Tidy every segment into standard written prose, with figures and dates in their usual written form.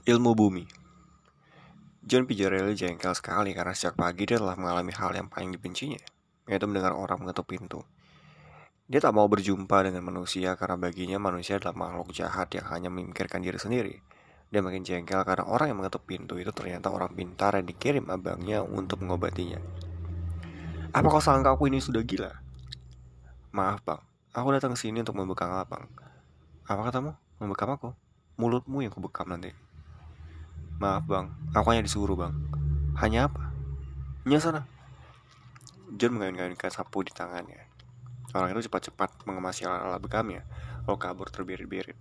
Ilmu bumi. John Pizzarelli jengkel sekali karena sejak pagi dia telah mengalami hal yang paling dibencinya, yaitu mendengar orang mengetuk pintu. Dia tak mau berjumpa dengan manusia karena baginya manusia adalah makhluk jahat yang hanya memikirkan diri sendiri. Dia makin jengkel karena orang yang mengetuk pintu itu ternyata orang pintar yang dikirim abangnya untuk mengobatinya. Apa kau sangka aku ini sudah gila? Maaf bang, aku datang ke sini untuk membekam abang. Apa katamu? Membekam aku? Mulutmu yang kubekam nanti. Maaf bang, aku hanya disuruh bang. Hanya apa? Nya sana. John mengayun-ayunkan sapu di tangannya. Orang itu cepat-cepat mengemasi alat-alat bekamnya, lalu kabur terbirit-birit.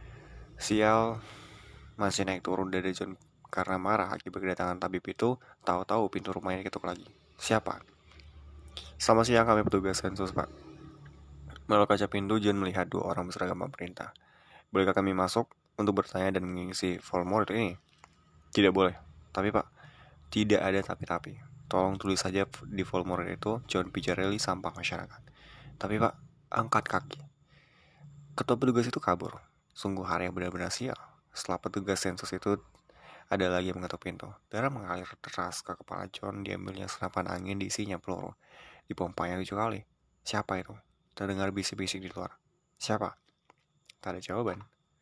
Sial, masih naik turun dari John karena marah akibat kedatangan tabib itu. Tahu-tahu pintu rumahnya diketuk lagi. Siapa? Selamat siang, kami petugas sensus pak. Melalui kaca pintu, John melihat dua orang berseragam pemerintah. Bolehkah kami masuk untuk bertanya dan mengisi formulir ini? Tidak boleh. Tapi pak, tidak ada tapi-tapi. Tolong tulis saja di formulir itu John Pizzarelli sampah masyarakat. Tapi pak, angkat kaki. Ketua petugas itu kabur. Sungguh hari yang benar-benar sial. Setelah petugas sensus itu, ada lagi yang mengetuk pintu. Darah mengalir deras ke kepala John. Diambilnya senapan angin diisinya peluru. Dipompanya 7 kali. Siapa itu? Terdengar bisik-bisik di luar. Siapa? Tak ada jawaban.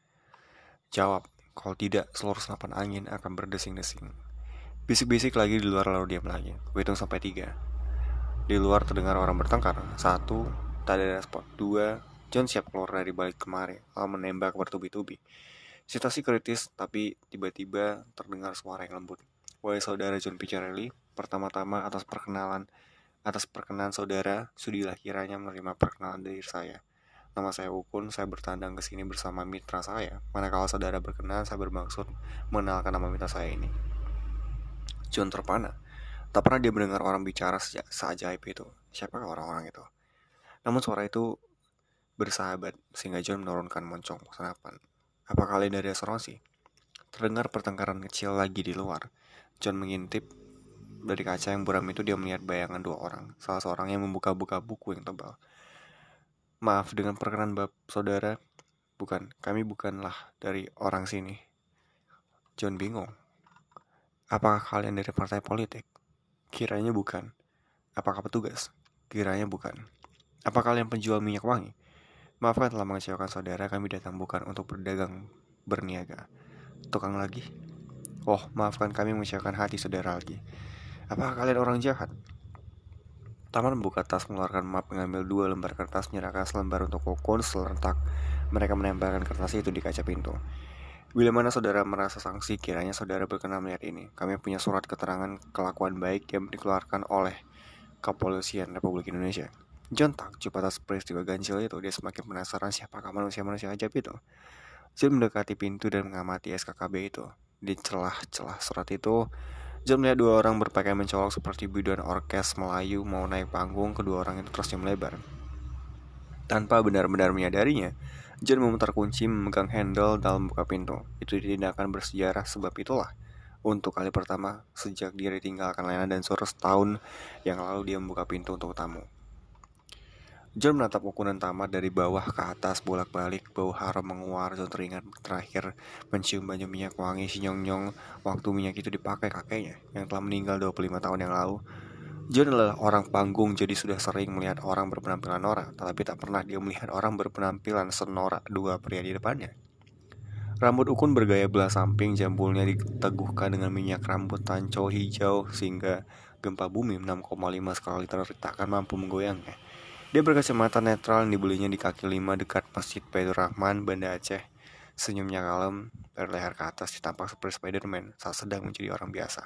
Jawab. Kalau tidak, seluruh senapan angin akan berdesing-desing. Bisik-bisik lagi di luar lalu diam lagi. Kuhitung sampai 3. Di luar terdengar orang bertengkar. 1, tak ada respon. 2, John siap keluar dari balik kemari, lalu menembak bertubi-tubi. Situasi kritis, tapi tiba-tiba terdengar suara yang lembut. Wahai saudara John Pizzarelli, pertama-tama atas perkenan saudara, sudilah kiranya menerima perkenalan dari saya. Nama saya Ukun, saya bertandang ke sini bersama mitra saya. Manakala saudara berkenan, saya bermaksud mengenalkan nama mitra saya ini. John terpana. Tak pernah dia mendengar orang bicara seajaib itu. Siapakah orang-orang itu? Namun suara itu bersahabat, sehingga John menurunkan moncong senapan. Apa kalian dari asuransi? Terdengar pertengkaran kecil lagi di luar. John mengintip dari kaca yang buram itu. Dia melihat bayangan dua orang. Salah seorang yang membuka-buka buku yang tebal. Maaf, dengan perkenan bab saudara. Bukan, kami bukanlah dari orang sini. John bingung. Apakah kalian dari partai politik? Kiranya bukan. Apakah petugas? Kiranya bukan. Apa kalian penjual minyak wangi? Maafkan telah mengecewakan saudara, kami datang bukan untuk berdagang berniaga. Tukang lagi? Oh, maafkan kami mengecewakan hati saudara lagi. Apakah kalian orang jahat? Taman membuka tas, mengeluarkan map, mengambil 2 lembar kertas, menyerahkan selembar untuk Kokon. Serentak mereka menempelkan kertas itu di kaca pintu. Bila mana saudara merasa sanksi, kiranya saudara berkenan melihat ini. Kami punya surat keterangan kelakuan baik yang dikeluarkan oleh Kepolisian Republik Indonesia. John takjub atas peristiwa ganjil itu. Dia semakin penasaran siapakah manusia-manusia ajaib itu. John mendekati pintu dan mengamati SKKB itu. Di celah-celah surat itu, John melihat dua orang berpakaian mencolok seperti biduan orkes Melayu mau naik panggung. Kedua orang itu terus melebar. Tanpa benar-benar menyadarinya, John memutar kunci, memegang handle dalam buka pintu. Itu tindakan bersejarah, sebab itulah untuk kali pertama sejak dia ditinggalkan Lena dan Sor setahun yang lalu dia membuka pintu untuk tamu. John menatap ukuran tamat dari bawah ke atas bolak-balik. Bau harum menguar. John teringat terakhir mencium baju minyak wangi si Nyong-Nyong waktu minyak itu dipakai kakeknya yang telah meninggal 25 tahun yang lalu. John adalah orang panggung, jadi sudah sering melihat orang berpenampilan norak, tetapi tak pernah dia melihat orang berpenampilan senorak dua pria di depannya. Rambut Ukun bergaya belah samping, jambulnya diteguhkan dengan minyak rambut tanco hijau sehingga gempa bumi 6,5 skala liter takkan mampu menggoyangnya. Dia berkacamata netral yang dibelinya di kaki 5 dekat Masjid Baitur Rahman, Banda Aceh. Senyumnya kalem, dari leher ke atas ditampak seperti Spiderman saat sedang menjadi orang biasa.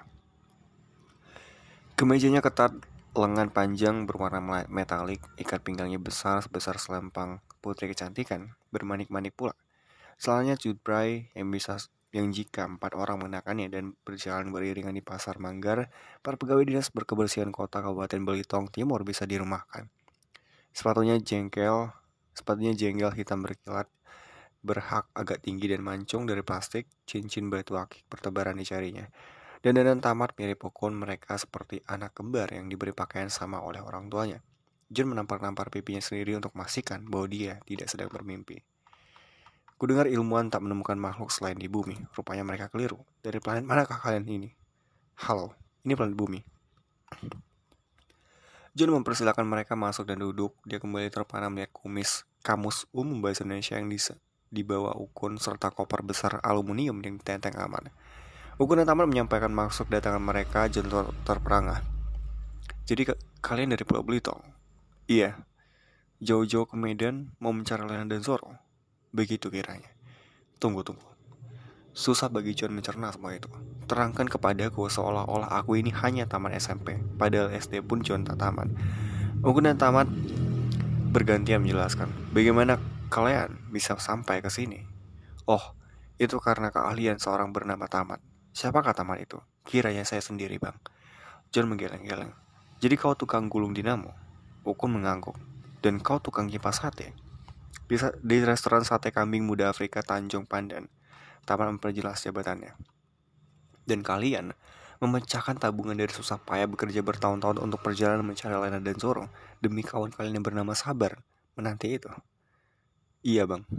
Kemejanya ketat, lengan panjang berwarna metalik, ikat pinggangnya besar sebesar selempang putri kecantikan, bermanik-manik pula. Selalanya cutbray yang jika 4 orang mengenakannya dan berjalan beriringan di pasar Manggar, para pegawai dinas berkebersihan kota Kabupaten Belitung Timur bisa dirumahkan. Sepatunya jengkel hitam berkilat, berhak agak tinggi dan mancung dari plastik, cincin batu akik bertebaran di jarinya. Dandanan tamat mirip Ukun, mereka seperti anak kembar yang diberi pakaian sama oleh orang tuanya. John menampar-nampar pipinya sendiri untuk memastikan bahwa dia tidak sedang bermimpi. Kudengar ilmuwan tak menemukan makhluk selain di bumi. Rupanya mereka keliru. Dari planet manakah kalian ini? Halo, ini planet bumi. John mempersilahkan mereka masuk dan duduk. Dia kembali terpana melihat kamus umum bahasa Indonesia yang dibawa Ukun serta koper besar aluminium yang ditenteng aman. Ukun dan Taman menyampaikan maksud kedatangan mereka. John terperangah. Jadi kalian dari Pulau Belitung? Iya, jauh-jauh ke Medan mau mencari Lena dan Zoro. Begitu kiranya. Tunggu. Susah bagi John mencerna semua itu. Terangkan kepadaku seolah-olah aku ini hanya taman SMP. Padahal SD pun John tak taman. Ukun dan Taman bergantian menjelaskan. Bagaimana kalian bisa sampai ke sini? Oh, itu karena keahlian seorang bernama Taman. Siapakah Taman itu? Kiranya saya sendiri, Bang. John menggeleng-geleng. Jadi kau tukang gulung dinamo? Ukun mengangguk. Dan kau tukang kipas sate? Di restoran sate kambing muda Afrika Tanjung Pandan. Taman memperjelas jabatannya. Dan kalian memecahkan tabungan dari susah payah bekerja bertahun-tahun untuk perjalanan mencari Lena dan Zoro demi kawan kalian yang bernama Sabar, menanti itu. Iya, Bang.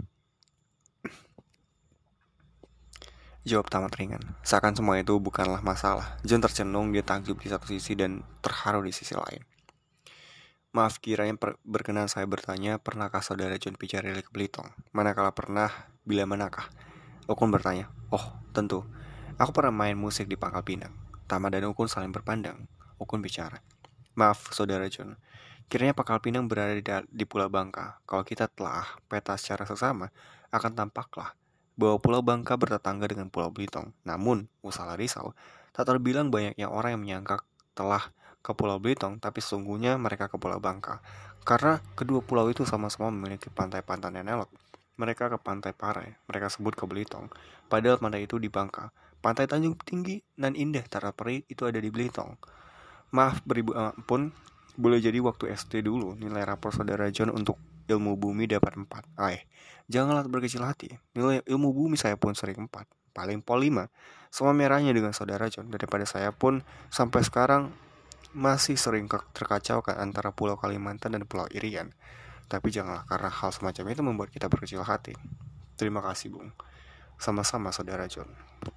Jawab Taman ringan. Seakan semua itu bukanlah masalah. John tercenung, dia takjub di satu sisi dan terharu di sisi lain. Maaf, kiranya berkenan saya bertanya, pernahkah saudara John Pijarelli ke Belitung? Manakala pernah, bila manakah? Okun bertanya. Oh, tentu. Aku pernah main musik di Pangkal Pinang. Tama dan Ukun saling berpandang. Ukun bicara. Maaf, saudara John. Kiranya Pangkal Pinang berada di Pulau Bangka. Kalau kita telah peta secara seksama, akan tampaklah bahwa Pulau Bangka bertetangga dengan Pulau Belitung. Namun, usaha risau, tak terbilang banyaknya orang yang menyangka telah ke Pulau Belitung, tapi sesungguhnya mereka ke Pulau Bangka. Karena kedua pulau itu sama-sama memiliki pantai-pantai yang elok. Mereka ke Pantai Parai, mereka sebut ke Belitung. Padahal pantai itu di Bangka. Pantai Tanjung Tinggi dan Indah Taraperi itu ada di Belitung. Maaf beribu pun, boleh jadi waktu SD dulu nilai rapor saudara John untuk ilmu bumi dapat 4. Janganlah berkecil hati. Nilai ilmu bumi saya pun sering 4. Paling pol 5. Sama merahnya dengan saudara John. Daripada saya pun sampai sekarang masih sering terkacaukan antara Pulau Kalimantan dan Pulau Irian. Tapi janganlah karena hal semacam itu membuat kita berkecil hati. Terima kasih, Bung. Sama-sama, saudara John.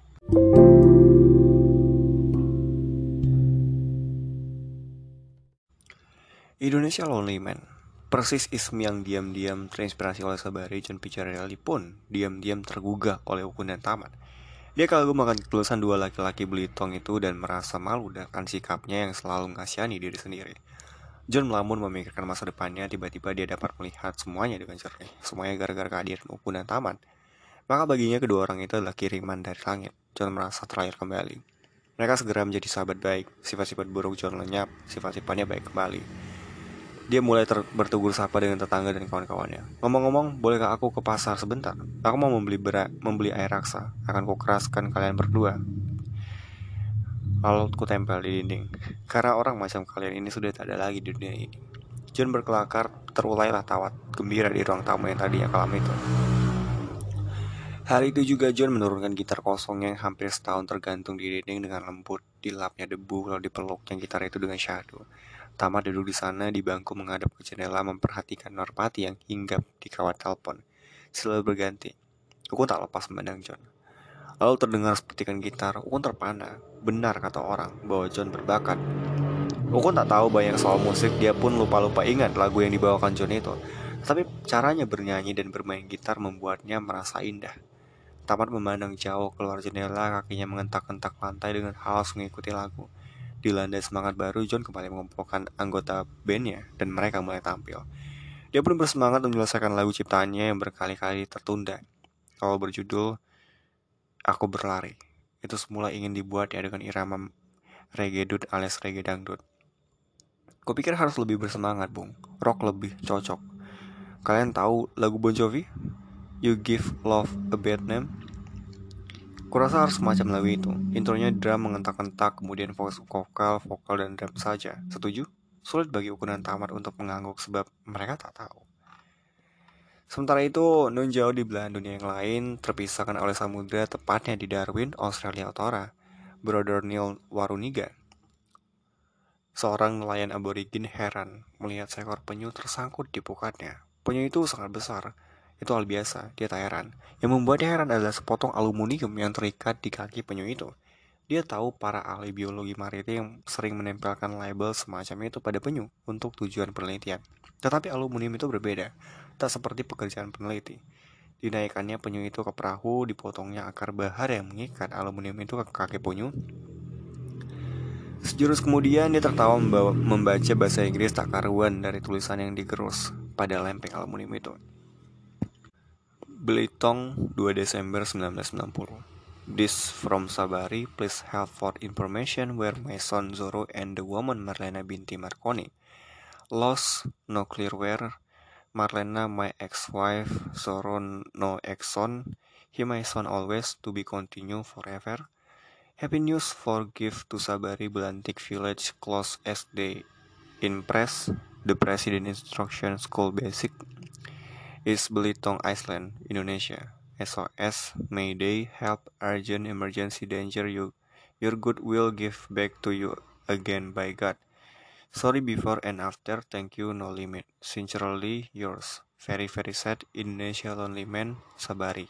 Indonesia Lonely Man. Persis Ismi yang diam-diam terinspirasi oleh Sabari John Picarelli pun diam-diam tergugah oleh Ukun dan Taman. Dia kagum akan ketulusan dua laki-laki Belitung itu dan merasa malu dengan sikapnya yang selalu mengasihani diri sendiri. John melamun memikirkan masa depannya, tiba-tiba dia dapat melihat semuanya dengan jernih. Semuanya gara-gara kehadiran Ukun dan Taman. Maka baginya kedua orang itu adalah kiriman dari langit. John merasa terlahir kembali. Mereka segera menjadi sahabat baik. Sifat-sifat buruk John lenyap, sifat-sifatnya baik kembali. Dia mulai bertegur sapa dengan tetangga dan kawan-kawannya. Ngomong-ngomong, bolehkah aku ke pasar sebentar? Aku mau membeli air raksa. Akan kukeraskan kalian berdua. Lalu ku tempel di dinding. Karena orang macam kalian ini sudah tak ada lagi di dunia ini. John berkelakar, terulailah tawa gembira di ruang tamu yang tadinya kelam itu. Hari itu juga John menurunkan gitar kosongnya yang hampir setahun tergantung di dinding dengan lembut. Dilapnya debu lalu dipeluknya gitar itu dengan syahdu. Tamat duduk di sana di bangku menghadap ke jendela memperhatikan Norpati yang hinggap di kawat telepon. Selalu berganti. Ukun tak lepas memandang John. Lalu terdengar sepetikan gitar. Ukun terpana. Benar kata orang bahwa John berbakat. Ukun tak tahu banyak soal musik. Dia pun lupa-lupa ingat lagu yang dibawakan John itu. Tapi caranya bernyanyi dan bermain gitar membuatnya merasa indah. Tamat memandang jauh keluar jendela, kakinya mengentak-kentak lantai dengan haus mengikuti lagu. Dilanda semangat baru, John kembali mengumpulkan anggota bandnya dan mereka mulai tampil. Dia pun bersemangat menyelesaikan lagu ciptaannya yang berkali-kali tertunda. Kalau berjudul Aku Berlari, itu semula ingin dibuat ya dengan irama reggae dut alias reggae dangdut. Kupikir harus lebih bersemangat, Bung. Rock lebih cocok. Kalian tahu lagu Bon Jovi? You Give Love a Bad Name? Kurasa harus semacam lagu itu. Intronya drum mengentak-kentak, kemudian vokal, dan drum saja. Setuju? Sulit bagi ukuran tamat untuk mengangguk sebab mereka tak tahu. Sementara itu, non jauh di belahan dunia yang lain, terpisahkan oleh samudera tepatnya di Darwin, Australia Utara, Brother Neil Waruniga, seorang nelayan aborigin heran melihat seekor penyu tersangkut di pukatnya. Penyu itu sangat besar. Itu hal biasa, dia tak heran. Yang membuatnya heran adalah sepotong aluminium yang terikat di kaki penyu itu. Dia tahu para ahli biologi maritim sering menempelkan label semacam itu pada penyu untuk tujuan penelitian. Tetapi aluminium itu berbeda, tak seperti pekerjaan peneliti. Dinaikkannya penyu itu ke perahu, dipotongnya akar bahar yang mengikat aluminium itu ke kaki penyu. Sejurus kemudian dia tertawa membaca bahasa Inggris tak karuan dari tulisan yang digerus pada lempeng aluminium itu. Belitung, 2 Desember 1990. This from Sabari, please help for information where my son Zoro and the woman Marlena binti Marconi lost, no clear where. Marlena my ex-wife, Zoro no ex-son, he my son always, to be continue forever. Happy news for gift to Sabari Belantik Village close SD in press. The President Instruction School Basic is Belitung Island, Indonesia. SOS, Mayday, help, urgent, emergency, danger, your good will give back to you again by God. Sorry before and after, thank you, no limit. Sincerely yours. Very very sad, Indonesia Lonely Man, Sabari.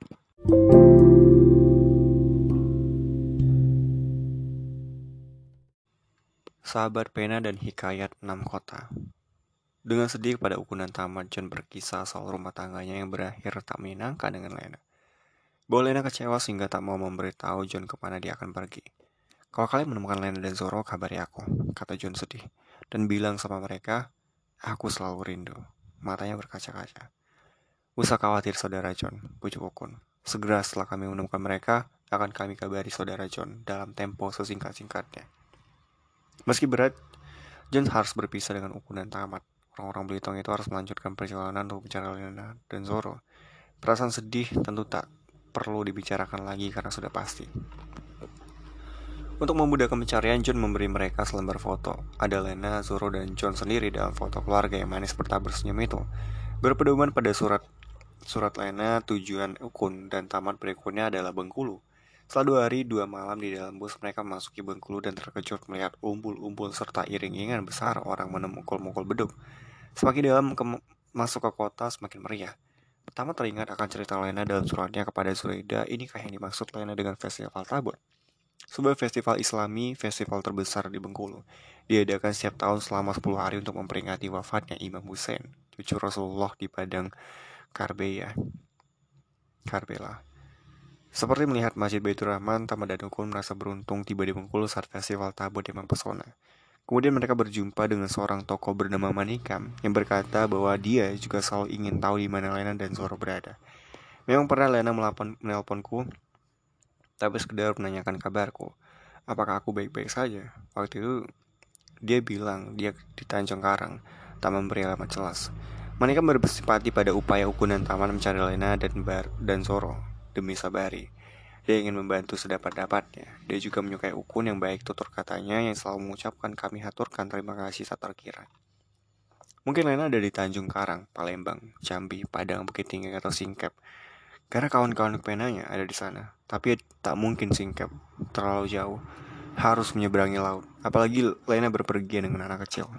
Sahabat pena dan hikayat 6 kota. Dengan sedih pada ukuran tamat, John berkisah soal rumah tangganya yang berakhir tak menyenangkan dengan Lena. Bahwa Lena kecewa sehingga tak mau memberitahu John kemana dia akan pergi. Kalau kalian menemukan Lena dan Zoro, kabari aku, kata John sedih. Dan bilang sama mereka, aku selalu rindu. Matanya berkaca-kaca. Usah khawatir saudara John, pucuk Ukun. Segera setelah kami menemukan mereka, akan kami kabari saudara John dalam tempo sesingkat-singkatnya. Meski berat, John harus berpisah dengan Ukun dan Tamat. Orang-orang Belitung itu harus melanjutkan perjalanan untuk bicara Lena dan Zoro. Perasaan sedih tentu tak perlu dibicarakan lagi karena sudah pasti. Untuk memudahkan pencarian, John memberi mereka selembar foto. Ada Lena, Zoro, dan John sendiri dalam foto keluarga yang manis bertabur senyum itu. Berpedoman pada surat Lena, tujuan Ukun dan Tamat berikutnya adalah Bengkulu. Setelah 2 hari 2 malam di dalam bus, mereka memasuki Bengkulu dan terkejut melihat umbul-umbul serta iring-iringan besar orang memukul-mukul beduk. Semakin dalam masuk ke kota, semakin meriah. Pertama teringat akan cerita Lena dalam suratnya kepada Zuraida. Inikah yang dimaksud Lena dengan Festival Tabur? Sebuah festival Islami, festival terbesar di Bengkulu. Diadakan setiap tahun selama 10 hari untuk memperingati wafatnya Imam Hussein, cucu Rasulullah di Padang Karbela. Seperti melihat Masjid Baitur Rahman, Tamat dan Ukun merasa beruntung tiba di Bengkulu saat festival Tabur yang mempesona. Kemudian mereka berjumpa dengan seorang tokoh bernama Manikam yang berkata bahwa dia juga selalu ingin tahu di mana Lena dan Zoro berada. Memang pernah Lena menelponku, tapi sekedar menanyakan kabarku. Apakah aku baik-baik saja? Waktu itu dia bilang dia di Tanjung Karang, tak memberi alamat jelas. Manikam bersimpati pada upaya Ukun dan Taman mencari Lena dan Zoro demi Sabari. Dia ingin membantu sedapat-dapatnya. Dia juga menyukai Ukun yang baik tutur katanya yang selalu mengucapkan kami haturkan terima kasih saat terkira. Mungkin Lena ada di Tanjung Karang, Palembang, Jambi, Padang, Bukit Tinggi atau Singkep. Karena kawan-kawan penanya ada di sana. Tapi tak mungkin Singkep, terlalu jauh. Harus menyeberangi laut. Apalagi Lena berpergian dengan anak kecil.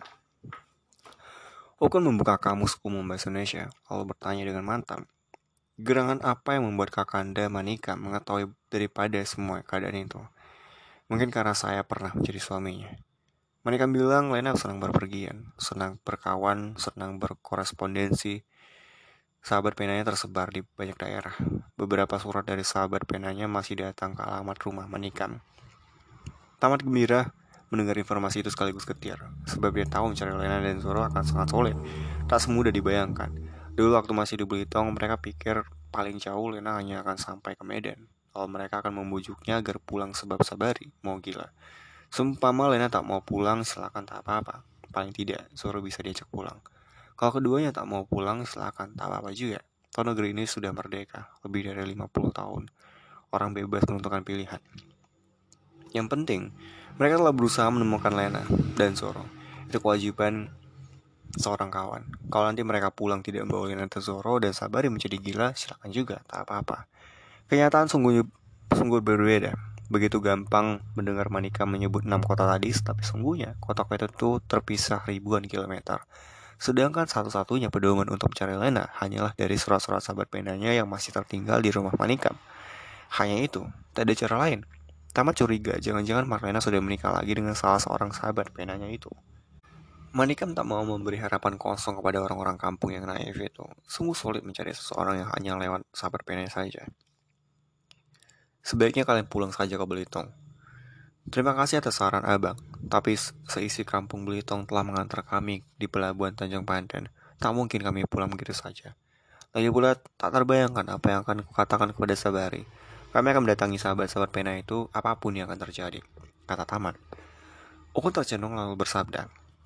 Ukun membuka kamus umum bahasa Indonesia, lalu bertanya dengan mantap. Gerangan apa yang membuat Kakanda Manika mengetahui daripada semua keadaan itu? Mungkin karena saya pernah menjadi suaminya. Manika bilang Lena senang berpergian, senang berkawan, senang berkorespondensi. Sahabat penanya tersebar di banyak daerah. Beberapa surat dari sahabat penanya masih datang ke alamat rumah Manikam. Tamat gembira mendengar informasi itu sekaligus getir, sebab dia tahu mencari Lena dan Zoro akan sangat sulit, tak semudah dibayangkan. Dulu waktu masih di Belitung, mereka pikir paling jauh Lena hanya akan sampai ke Medan. Lalu mereka akan membujuknya agar pulang sebab Sabari mau gila. Seumpama Lena tak mau pulang, silakan tak apa-apa. Paling tidak, Zoro bisa diajak pulang. Kalau keduanya tak mau pulang, silakan tak apa-apa juga. Toh negeri ini sudah merdeka, lebih dari 50 tahun. Orang bebas menentukan pilihan. Yang penting, mereka telah berusaha menemukan Lena dan Zoro. Itu kewajiban seorang kawan. Kalau nanti mereka pulang tidak membawa Lena dan Zoro dan Sabari menjadi gila, silakan juga, tak apa-apa. Kenyataan sungguh berbeda. Begitu gampang mendengar Manika menyebut 6 kota tadi, tapi sungguhnya kota-kota itu terpisah ribuan kilometer. Sedangkan satu-satunya pedoman untuk mencari Lena hanyalah dari surat-surat sahabat penanya yang masih tertinggal di rumah Manikam. Hanya itu, tak ada cara lain. Tamat curiga, jangan-jangan Marlena sudah menikah lagi dengan salah seorang sahabat penanya itu. Manikam tak mau memberi harapan kosong kepada orang-orang kampung yang naif itu. Sungguh sulit mencari seseorang yang hanya lewat sahabat penanya saja. Sebaiknya kalian pulang saja ke Belitung. Terima kasih atas saran abang, tapi seisi kampung Belitung telah mengantar kami di pelabuhan Tanjung Pandan. Tak mungkin kami pulang begitu saja. Lagi pula, tak terbayangkan apa yang akan kukatakan kepada Sabari. Kami akan mendatangi sahabat-sahabat pena itu apapun yang akan terjadi, kata Taman. Ukun tercenung lalu bersabda,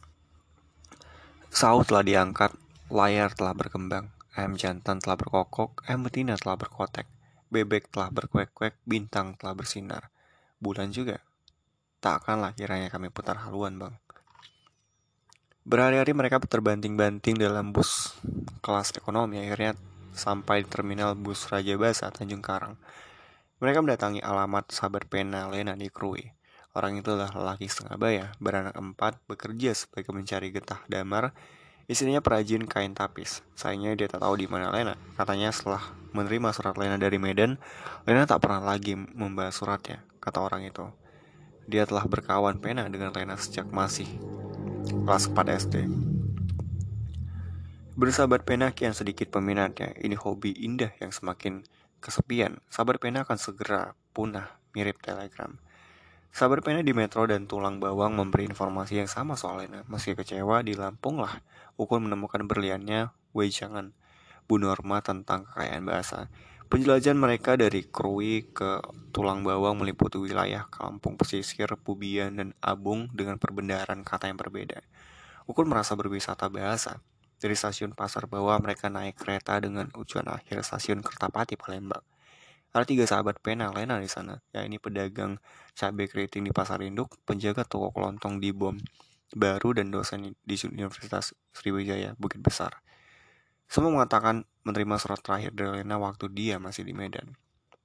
sahur telah diangkat, layar telah berkembang, ayam jantan telah berkokok, ayam betina telah berkotek, bebek telah berkuek-kuek, bintang telah bersinar. Bulan juga. Tak akanlah kiranya kami putar haluan, bang. Berhari-hari mereka terbanting-banting dalam bus kelas ekonomi. Akhirnya sampai di terminal bus Raja Basa, Tanjung Karang. Mereka mendatangi alamat sahabat pena Lena di Krui. Orang itu adalah lelaki setengah baya, beranak 4, bekerja sebagai mencari getah damar. Istrinya perajin kain tapis. Sayangnya dia tak tahu di mana Lena. Katanya setelah menerima surat Lena dari Medan, Lena tak pernah lagi membalas suratnya, kata orang itu. Dia telah berkawan pena dengan Lena sejak masih kelas 4 SD. Bersahabat pena kian sedikit peminatnya. Ini hobi indah yang semakin kesepian. Sahabat pena akan segera punah, mirip telegram. Sahabat pena di Metro dan Tulang Bawang memberi informasi yang sama soal Lena. Meski kecewa, di Lampung lah Ukun menemukan berliannya wejangan Bu Norma tentang kekayaan bahasa. Penjelajahan mereka dari Krui ke Tulang Bawang meliputi wilayah kampung pesisir, Pubian, dan Abung dengan perbendaharaan kata yang berbeda. Ukun merasa berwisata bahasa. Dari stasiun Pasar Bawah mereka naik kereta dengan tujuan akhir stasiun Kertapati, Palembang. Ada 3 sahabat pena Lena di sana, yakni pedagang cabai keriting di Pasar Induk, penjaga toko kelontong di Bom Baru, dan dosen di Universitas Sriwijaya, Bukit Besar. Semua mengatakan menerima surat terakhir dari Lena waktu dia masih di Medan.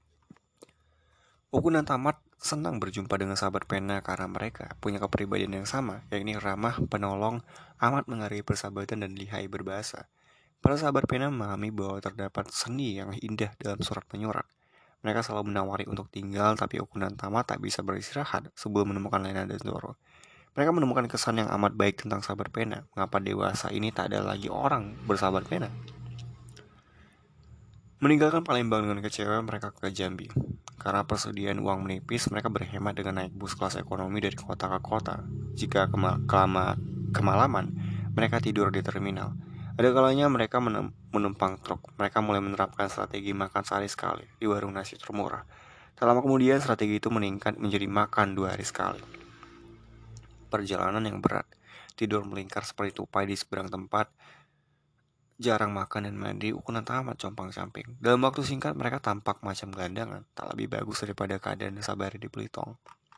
Ukun dan Tamat senang berjumpa dengan sahabat pena karena mereka punya kepribadian yang sama, yakni ramah, penolong, amat menghargai persahabatan dan lihai berbahasa. Para sahabat pena memahami bahwa terdapat seni yang indah dalam surat menyurat. Mereka selalu menawari untuk tinggal, tapi Ukun dan Tamat tak bisa beristirahat sebelum menemukan Lena dan Zoro. Mereka menemukan kesan yang amat baik tentang sahabat pena. Mengapa dewasa ini tak ada lagi orang bersahabat pena? Meninggalkan Palembang dengan kecewa, mereka ke Jambi. Karena persediaan uang menipis, mereka berhemat dengan naik bus kelas ekonomi dari kota ke kota. Jika kemalaman, mereka tidur di terminal. Ada kalanya mereka menumpang truk. Mereka mulai menerapkan strategi makan sehari sekali di warung nasi termurah. Tak lama kemudian, strategi itu meningkat menjadi makan 2 hari sekali. Perjalanan yang berat, tidur melingkar seperti tupai di seberang tempat, jarang makan dan mandi, Ukun dan Tamat compang-camping. Dalam waktu singkat mereka tampak macam gelandangan, tak lebih bagus daripada keadaan Sabari di Belitung.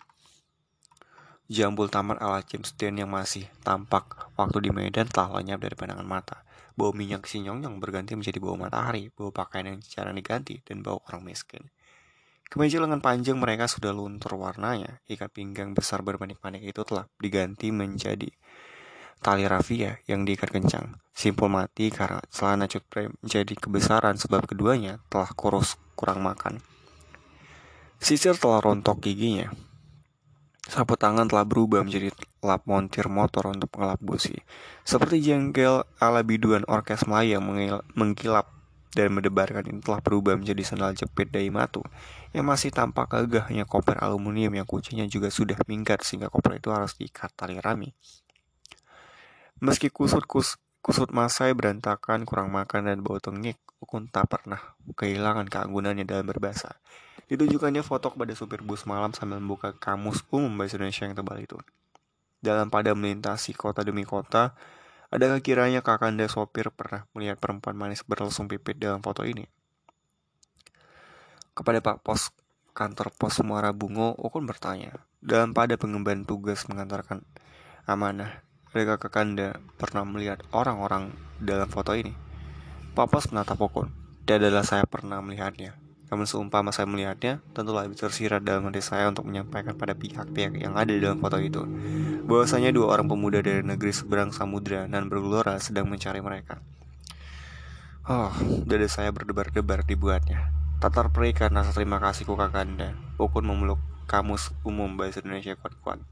Jambul Tamat ala James Dean yang masih tampak waktu di Medan telah lenyap dari pandangan mata. Bau minyak sinyong berganti menjadi bau matahari, bau pakaian yang jarang diganti, dan bau orang miskin. Kemeja lengan panjang mereka sudah luntur warnanya. Ikat pinggang besar berpanik-panik itu telah diganti menjadi tali rafia yang diikat kencang. Simpul mati karena celana cutpre menjadi kebesaran sebab keduanya telah kurus kurang makan. Sisir telah rontok giginya. Sapu tangan telah berubah menjadi lap montir motor untuk mengelap busi. Seperti jengkel ala biduan orkes Melayu yang mengkilap dan mendebarkan ini telah berubah menjadi sandal jepit Daimatu yang masih tampak gagah, hanya koper aluminium yang kuncinya juga sudah minggat sehingga koper itu harus diikat tali rami. Meski kusut masai berantakan, kurang makan dan bau tengik, Ukun tak pernah kehilangan keanggunannya dalam berbahasa. Ditunjukkannya foto kepada supir bus malam sambil membuka kamus umum bahasa Indonesia yang tebal itu. Dalam pada melintasi kota demi kota, adakah kiranya kakanda sopir pernah melihat perempuan manis berlesung pipit dalam foto ini? Kepada Pak Pos kantor pos Muara Bungo, Ukun bertanya. Dalam pada pengemban tugas mengantarkan amanah, adakah kakanda pernah melihat orang-orang dalam foto ini? Pak Pos menatap Ukun. Tidak adalah saya pernah melihatnya. Namun seumpama saya melihatnya, tentulah lebih tersirat dalam hati saya untuk menyampaikan pada pihak-pihak yang ada dalam foto itu, bahwasanya dua orang pemuda dari negeri seberang samudra dan bergelora sedang mencari mereka. Oh, dada saya berdebar-debar dibuatnya. Tak terperikan rasa terima kasihku kakanda. Ukun memeluk kamus umum bahasa Indonesia kuat-kuat.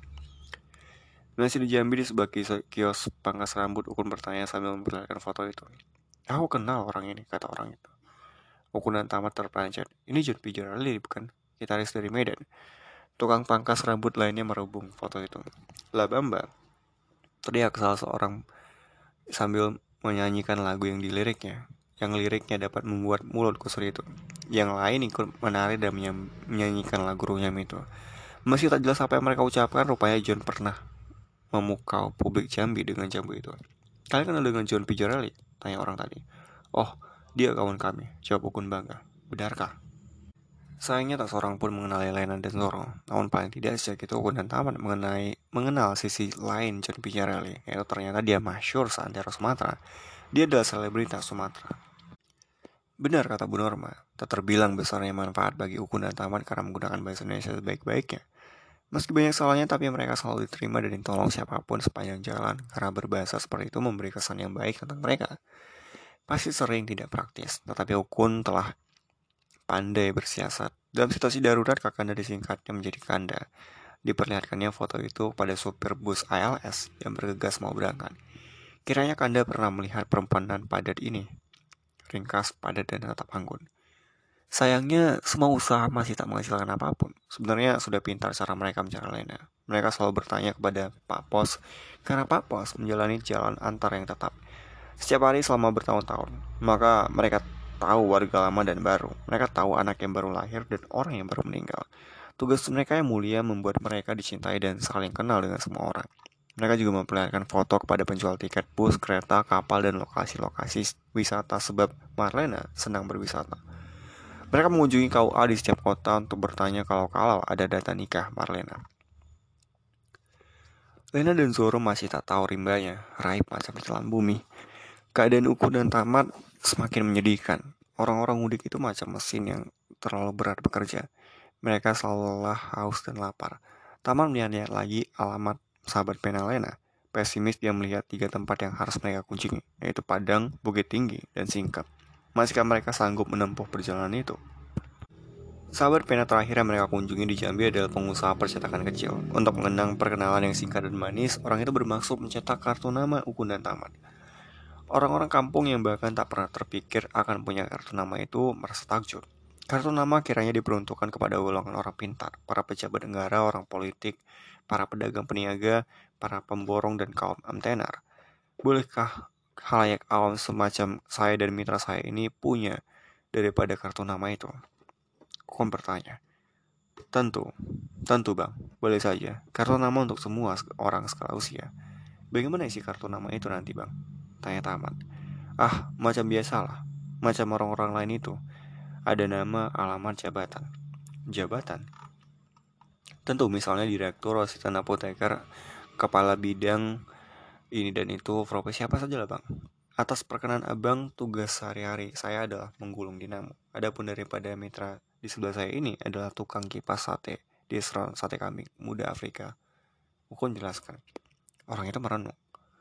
Masih di Jambi di sebuah kios pangkas rambut, Ukun bertanya sambil memperlihatkan foto itu. Aku kenal orang ini, kata orang itu. Ukun dan tamat terperanjat. Ini John P. Jarali, bukan? Gitaris dari Medan. Tukang pangkas rambut lainnya merubung foto itu. Lah Bamba, teriak salah seorang sambil menyanyikan lagu yang diliriknya. Yang liriknya dapat membuat mulut kusur itu. Yang lain ikut menari dan menyanyikan lagu runyam itu. Meski tak jelas apa yang mereka ucapkan, rupanya John pernah memukau publik Jambi dengan jambu itu. Kalian kenal dengan John P. Jarali? Tanya orang tadi. Oh, dia kawan kami, jawab Ukun bangga. Benarkah? Sayangnya tak seorang pun mengenali Lena dan Zoro. Namun paling tidak sejak itu Ukun dan Taman mengenal sisi lain John P. Jarali, yaitu ternyata dia masyhur seantero Sumatera. Dia adalah selebritas Sumatera. Benar kata Bu Norma, tak terbilang besarnya manfaat bagi Ukun dan Taman karena menggunakan bahasa Indonesia sebaik-baiknya. Meski banyak salahnya, tapi mereka selalu diterima dan ditolong siapapun sepanjang jalan, karena berbahasa seperti itu memberi kesan yang baik tentang mereka. Pasti sering tidak praktis, tetapi Ukun telah pandai bersiasat. Dalam situasi darurat, Kakanda disingkatnya menjadi Kanda. Diperlihatkannya foto itu pada supir bus ALS yang bergegas mau berangkat. Kiranya Kanda pernah melihat perempuan dan padat ini. Ringkas, padat, dan tetap anggun. Sayangnya, semua usaha masih tak menghasilkan apapun. Sebenarnya sudah pintar cara mereka mencari Lena. Mereka selalu bertanya kepada Pak Pos, karena Pak Pos menjalani jalan antar yang tetap setiap hari selama bertahun-tahun. Maka mereka tahu warga lama dan baru. Mereka tahu anak yang baru lahir dan orang yang baru meninggal. Tugas mereka yang mulia membuat mereka dicintai dan saling kenal dengan semua orang. Mereka juga memperlihatkan foto kepada penjual tiket bus, kereta, kapal, dan lokasi-lokasi wisata sebab Marlena senang berwisata. Mereka mengunjungi KUA di setiap kota untuk bertanya kalau ada data nikah Marlena. Lena dan Zoro masih tak tahu rimbanya, raib macam ditelan bumi. Keadaan Ukun dan Tamat semakin menyedihkan. Orang-orang mudik itu macam mesin yang terlalu berat bekerja. Mereka selalu lelah, haus, dan lapar. Tamat melihat lagi alamat sahabat pena Lena. Pesimis dia melihat 3 tempat yang harus mereka kunjungi, yaitu Padang, Bukit Tinggi, dan Singkep. Masihkah mereka sanggup menempuh perjalanan itu? Sahabat pena terakhir yang mereka kunjungi di Jambi adalah pengusaha percetakan kecil. Untuk mengenang perkenalan yang singkat dan manis, orang itu bermaksud mencetak kartu nama Ukun dan Tamat. Orang-orang kampung yang bahkan tak pernah terpikir akan punya kartu nama itu merasa takjub. Kartu nama kiranya diperuntukkan kepada golongan orang pintar, para pejabat negara, orang politik, para pedagang peniaga, para pemborong, dan kaum amtenar. Bolehkah halayak awam semacam saya dan mitra saya ini punya daripada kartu nama itu? Kon bertanya. Tentu, tentu bang, boleh saja. Kartu nama untuk semua orang skala usia. Bagaimana isi kartu nama itu nanti bang? Tanya Tamat. Ah, macam biasalah. Macam orang-orang lain itu. Ada nama, alamat, jabatan. Jabatan? Tentu misalnya direktur, asisten apoteker, kepala bidang ini dan itu, profesi apa saja lah bang. Atas perkenan abang, tugas sehari-hari saya adalah menggulung dinamo. Adapun daripada mitra di sebelah saya ini adalah tukang kipas sate di restoran sate kambing muda Afrika. Ukun jelaskan. Orang itu merenung.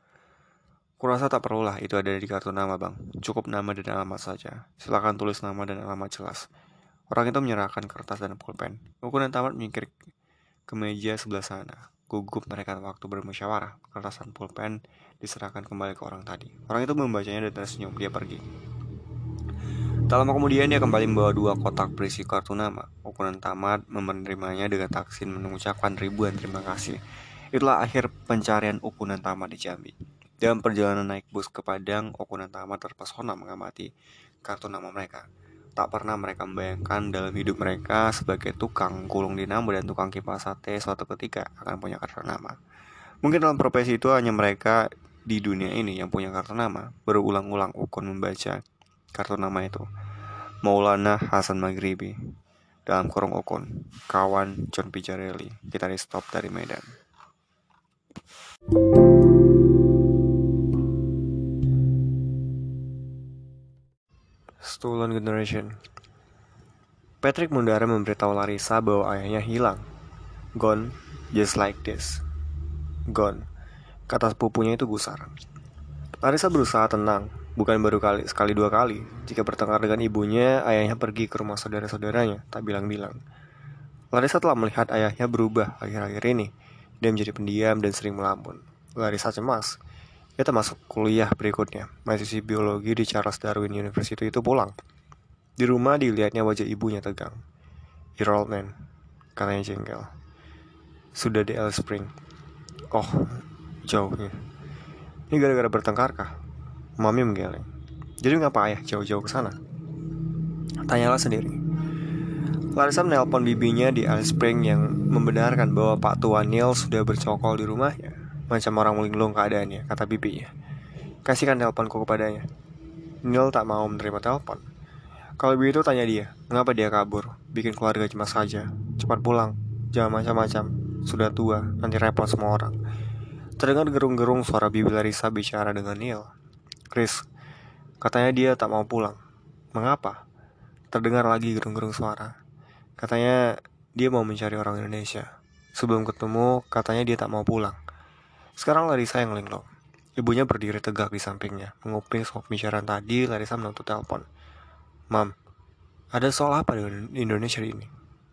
Kurasa tak perlulah itu ada di kartu nama bang. Cukup nama dan alamat saja. Silakan tulis nama dan alamat jelas. Orang itu menyerahkan kertas dan pulpen. Ukun dan Tamat menyingkir ke meja sebelah sana. Gugup mereka waktu bermusyawarah. Kertas dan pulpen diserahkan kembali ke orang tadi. Orang itu membacanya dan tersenyum. Dia pergi. Tak lama kemudian dia kembali membawa 2 kotak berisi kartu nama. Ukun dan Tamat menerimanya dengan taksin mengucapkan ribuan terima kasih. Itulah akhir pencarian Ukun dan Tamat di Jambi. Dalam perjalanan naik bus ke Padang, Ukun dan Tamat terpesona mengamati kartu nama mereka. Tak pernah mereka membayangkan dalam hidup mereka sebagai tukang gulung dinamo dan tukang kipas sate suatu ketika akan punya kartu nama. Mungkin dalam profesi itu hanya mereka di dunia ini yang punya kartu nama. Berulang-ulang Ukun membaca kartu nama itu. Maulana Hasan Maghribi, dalam kurung Ukun, kawan John P. Jareli, gitaris top dari Medan. Stolen Generation. Patrick mengudara memberitahu Larissa bahwa ayahnya hilang. Gone, just like this. Gone, kata sepupunya itu gusar. Larissa berusaha tenang, bukan baru sekali dua kali. Jika bertengkar dengan ibunya, ayahnya pergi ke rumah saudara-saudaranya, tak bilang-bilang. Larissa telah melihat ayahnya berubah akhir-akhir ini. Dia menjadi pendiam dan sering melamun. Larissa cemas. Dia termasuk kuliah berikutnya. Mahasiswi biologi di Charles Darwin University itu pulang. Di rumah dilihatnya wajah ibunya tegang. "Your old man," katanya jengkel. "Sudah di Alice Spring." "Oh, jauhnya." "Ini gara-gara bertengkar kah?" Mami menggeleng. "Jadi ngapa ayah jauh-jauh ke sana?" "Tanyalah sendiri." Larissa menelpon bibinya di Alice Spring yang membenarkan bahwa Pak Tua Neil sudah bercokol di rumahnya. Macam orang linglung keadaannya, kata bibinya. "Kasihkan teleponku kepadanya." Neil tak mau menerima telepon. Kalau begitu tanya dia, mengapa dia kabur? Bikin keluarga cemas saja. Cepat pulang, jangan macam-macam. Sudah tua, nanti repot semua orang. Terdengar gerung-gerung suara bibi Larissa bicara dengan Neil. "Chris," katanya dia tak mau pulang. "Mengapa?" Terdengar lagi gerung-gerung suara. Katanya dia mau mencari orang Indonesia. Sebelum ketemu, katanya dia tak mau pulang. Sekarang Larissa yang linglung. Ibunya berdiri tegak di sampingnya. Menguping soal pembicaraan tadi, Larissa menuntut telepon. "Mam, ada soal apa dengan Indonesia ini?"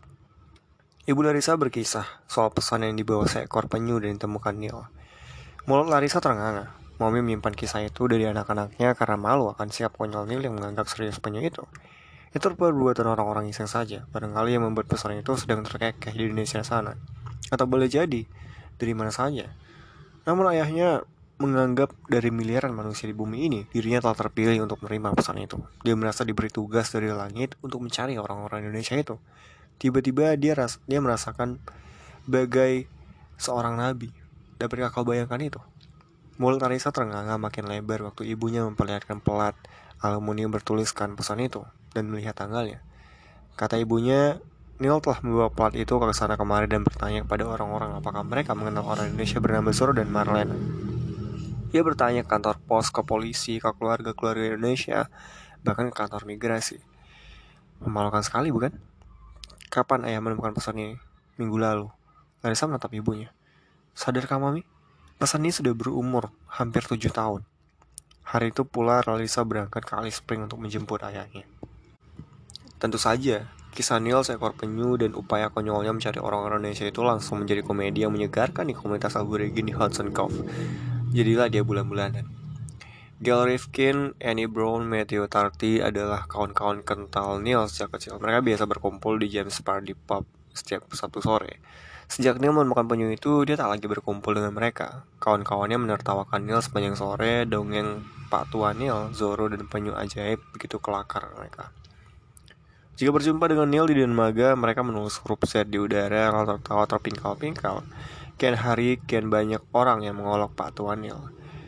Ibu Larissa berkisah soal pesan yang dibawa seekor penyu dan ditemukan Neil. Mulut Larissa terenganga. Mami menyimpan kisah itu dari anak-anaknya karena malu akan sikap konyol Neil yang menganggap serius penyu itu. Itu perbuatan orang-orang iseng saja. Barangkali yang membuat pesan itu sedang terkekeh di Indonesia sana. Atau boleh jadi dari mana saja. Namun ayahnya menganggap dari miliaran manusia di bumi ini, dirinya telah terpilih untuk menerima pesan itu. Dia merasa diberi tugas dari langit untuk mencari orang-orang Indonesia itu. Tiba-tiba dia merasakan bagai seorang nabi. Dapatkah kau bayangkan itu? Mulut Larissa terenganga makin lebar waktu ibunya memperlihatkan pelat aluminium bertuliskan pesan itu dan melihat tanggalnya. Kata ibunya, Neil telah membawa pelat itu ke sana kemari dan bertanya kepada orang-orang apakah mereka mengenal orang Indonesia bernama Zoro dan Marlena. Dia bertanya ke kantor pos, ke polisi, ke keluarga-keluarga Indonesia, bahkan ke kantor migrasi. Memalukan sekali, bukan? "Kapan ayah menemukan pesan ini?" "Minggu lalu." Larissa menatap ibunya. "Sadarkah Mami? Pesan ini sudah berumur hampir 7 tahun. Hari itu pula Larissa berangkat ke Alice Spring untuk menjemput ayahnya. Tentu saja, kisah Neil seekor penyu dan upaya konyolnya mencari orang Indonesia itu langsung menjadi komedi yang menyegarkan di komunitas aborigin di Hudson Cove. Jadilah dia bulan-bulanan. Gail Rifkin, Annie Brown, Matthew Tarty adalah kawan-kawan kental Neil sejak kecil. Mereka biasa berkumpul di James Party Pub setiap Sabtu sore. Sejak Neil menemukan penyu itu, dia tak lagi berkumpul dengan mereka. Kawan-kawannya menertawakan Neil sepanjang sore, dongeng Pak Tua Neil, Zoro, dan penyu ajaib begitu kelakar mereka. Jika berjumpa dengan Neil di Denmaga, mereka menulis huruf Z di udara lalu tertawa terpingkal-pingkal. Kian hari, kian banyak orang yang mengolok Pak Tua Neil.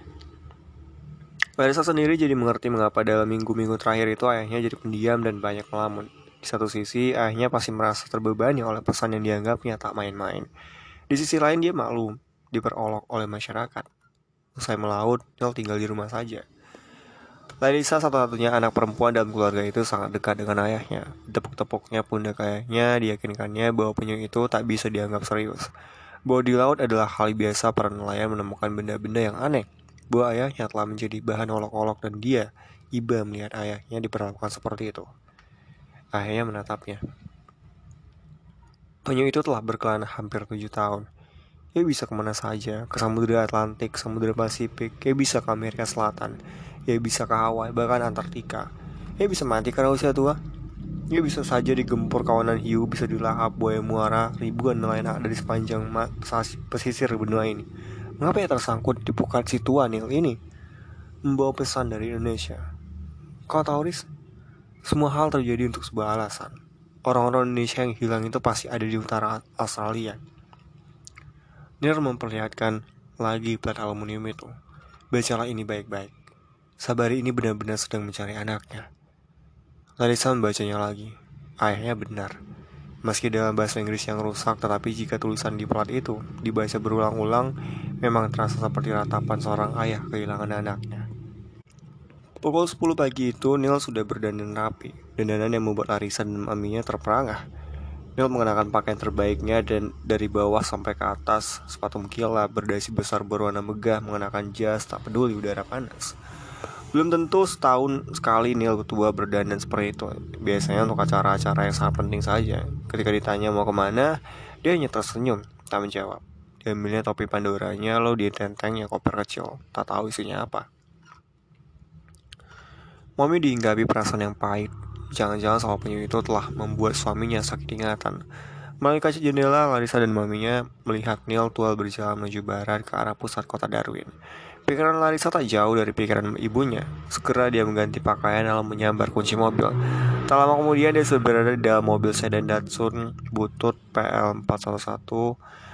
Larissa sendiri jadi mengerti mengapa dalam minggu-minggu terakhir itu ayahnya jadi pendiam dan banyak melamun. Di satu sisi, ayahnya pasti merasa terbebani oleh pesan yang dianggapnya tak main-main. Di sisi lain, dia maklum diperolok oleh masyarakat. Usai melaut, Neil tinggal di rumah saja. Larissa satu-satunya anak perempuan dalam keluarga itu sangat dekat dengan ayahnya. Tepuk-tepuknya pundak ayahnya diyakinkannya bahwa penyu itu tak bisa dianggap serius. Bahwa di laut adalah hal biasa para nelayan menemukan benda-benda yang aneh. Bahwa ayahnya telah menjadi bahan olok-olok dan dia iba melihat ayahnya diperlakukan seperti itu. Ayahnya menatapnya. Penyu itu telah berkelana hampir 7 tahun. Dia bisa kemana saja, ke Samudra Atlantik, Samudra Pasifik, dia bisa ke Amerika Selatan, dia bisa ke Hawaii, bahkan Antartika. Dia bisa mati karena usia tua. Dia bisa saja digempur kawanan hiu, bisa dilahap buaya muara, ribuan nelayan ada di sepanjang pesisir benua ini. Mengapa ia tersangkut di pukat si tua Neil ini? Membawa pesan dari Indonesia. Kau tahu, Riz? Semua hal terjadi untuk sebuah alasan. Orang-orang Indonesia yang hilang itu pasti ada di utara Australia. Neil memperlihatkan lagi plat aluminium itu. Bacalah ini baik-baik. Sabari ini benar-benar sedang mencari anaknya. Larissa membacanya lagi. Ayahnya benar. Meski dalam bahasa Inggris yang rusak, tetapi jika tulisan di plat itu dibaca berulang-ulang, memang terasa seperti ratapan seorang ayah kehilangan anaknya. Pukul 10 pagi itu Neil sudah berdandan rapi. Dandanan yang membuat Larissa dan maminya terperangah. Neil mengenakan pakaian terbaiknya dan dari bawah sampai ke atas, sepatu mengkilap, berdasi besar berwarna megah, mengenakan jas, tak peduli udara panas. Belum tentu setahun sekali Neil tua berdandan seperti itu. Biasanya untuk acara-acara yang sangat penting saja. Ketika ditanya mau kemana, dia hanya tersenyum, tak menjawab. Dia ambilnya topi Pandoranya, lalu dia tentengnya koper kecil, tak tahu isinya apa. Mommy dihinggapi perasaan yang pahit. Jangan-jangan soal penyu itu telah membuat suaminya sakit ingatan. Melalui kaca jendela, Larissa dan maminya melihat Neil tua berjalan menuju barat ke arah pusat kota Darwin. Pikiran Larissa tak jauh dari pikiran ibunya. Segera dia mengganti pakaian lalu menyambar kunci mobil. Tak lama kemudian dia sudah berada di dalam mobil sedan Datsun butut PL 411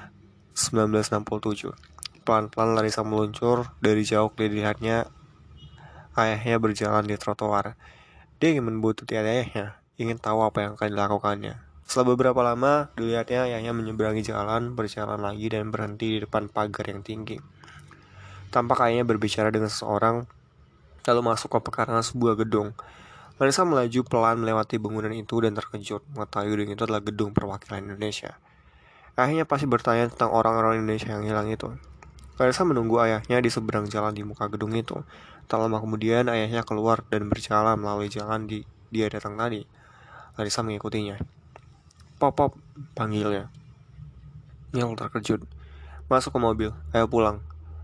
1967. Pelan-pelan Larissa meluncur, dari jauh dilihatnya ayahnya berjalan di trotoar. Dia ingin membuntuti ayahnya, ingin tahu apa yang akan dilakukannya. Setelah beberapa lama, dilihatnya ayahnya menyeberangi jalan, berjalan lagi dan berhenti di depan pagar yang tinggi. Tampak ayahnya berbicara dengan seseorang, lalu masuk ke pekarangan sebuah gedung. Larissa melaju pelan melewati bangunan itu dan terkejut mengetahui gedung itu adalah gedung perwakilan Indonesia. Ayahnya pasti bertanya tentang orang-orang Indonesia yang hilang itu. Larissa menunggu ayahnya di seberang jalan di muka gedung itu. Tak lama kemudian ayahnya keluar dan berjalan melalui jalan dia datang tadi. Larissa mengikutinya. Pop, pop, panggilnya. Neil terkejut. Masuk ke mobil, ayo pulang.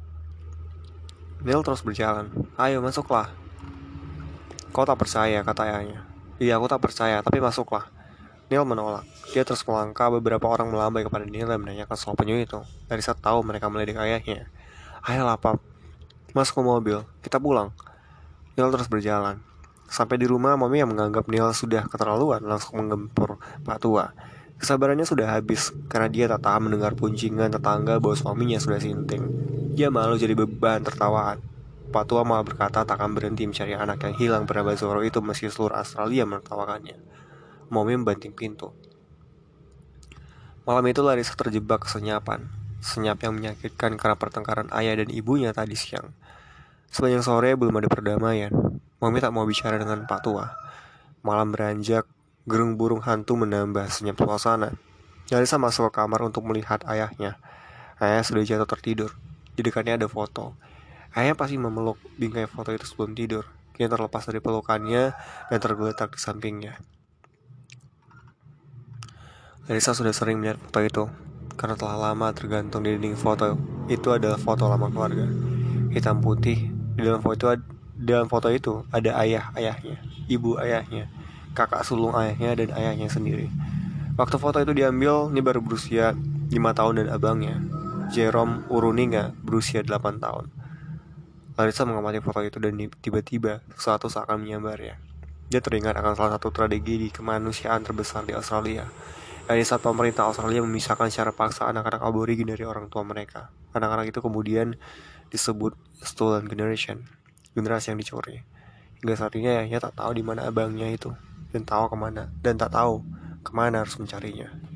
Neil terus berjalan. Ayo masuklah. Kau tak percaya, kata ayahnya. Iya, aku tak percaya, tapi masuklah. Neil menolak. Dia terus melangkah, beberapa orang melambai kepada Neil dan menanyakan soal penyu itu. Larissa tahu mereka melidik ayahnya. Ayolah, Pap. Masuk ke mobil, kita pulang. Neil terus berjalan. Sampai di rumah, Mami yang menganggap Neil sudah keterlaluan langsung menggempur Pak Tua. Kesabarannya sudah habis karena dia tak tahan mendengar puncingan tetangga bahwa suaminya sudah sinting. Dia malu jadi beban tertawaan. Pak Tua malah berkata tak akan berhenti mencari anak yang hilang bernama Zoro itu meski seluruh Australia menertawakannya. Mami membanting pintu. Malam itu Larissa terjebak kesenyapan. Senyap yang menyakitkan karena pertengkaran ayah dan ibunya tadi siang. Sepanjang sore belum ada perdamaian. Mami tak mau bicara dengan Pak Tua. Malam beranjak, gerung burung hantu menambah senyap suasana. Larissa masuk ke kamar untuk melihat ayahnya. Ayah sudah jatuh tertidur. Di dekatnya ada foto. Ayah pasti memeluk bingkai foto itu sebelum tidur. Kini terlepas dari pelukannya dan tergeletak di sampingnya. Larissa sudah sering melihat foto itu karena telah lama tergantung di dinding foto. Itu adalah foto lama keluarga. Hitam putih. Dalam foto itu ada ayahnya, ibu ayahnya, kakak sulung ayahnya dan ayahnya sendiri. Waktu foto itu diambil, ini baru berusia 5 tahun dan abangnya, Jerome Uruninga, berusia 8 tahun. Larissa mengamati foto itu dan tiba-tiba sesuatu seakan menyambarnya. Dia teringat akan salah satu tragedi kemanusiaan terbesar di Australia. Dari saat pemerintah Australia memisahkan secara paksa anak-anak aborigin dari orang tua mereka. Anak-anak itu kemudian disebut stolen generation, generasi yang dicuri. Hingga saat ini ayahnya tak tahu di mana abangnya itu dan tak tahu kemana harus mencarinya.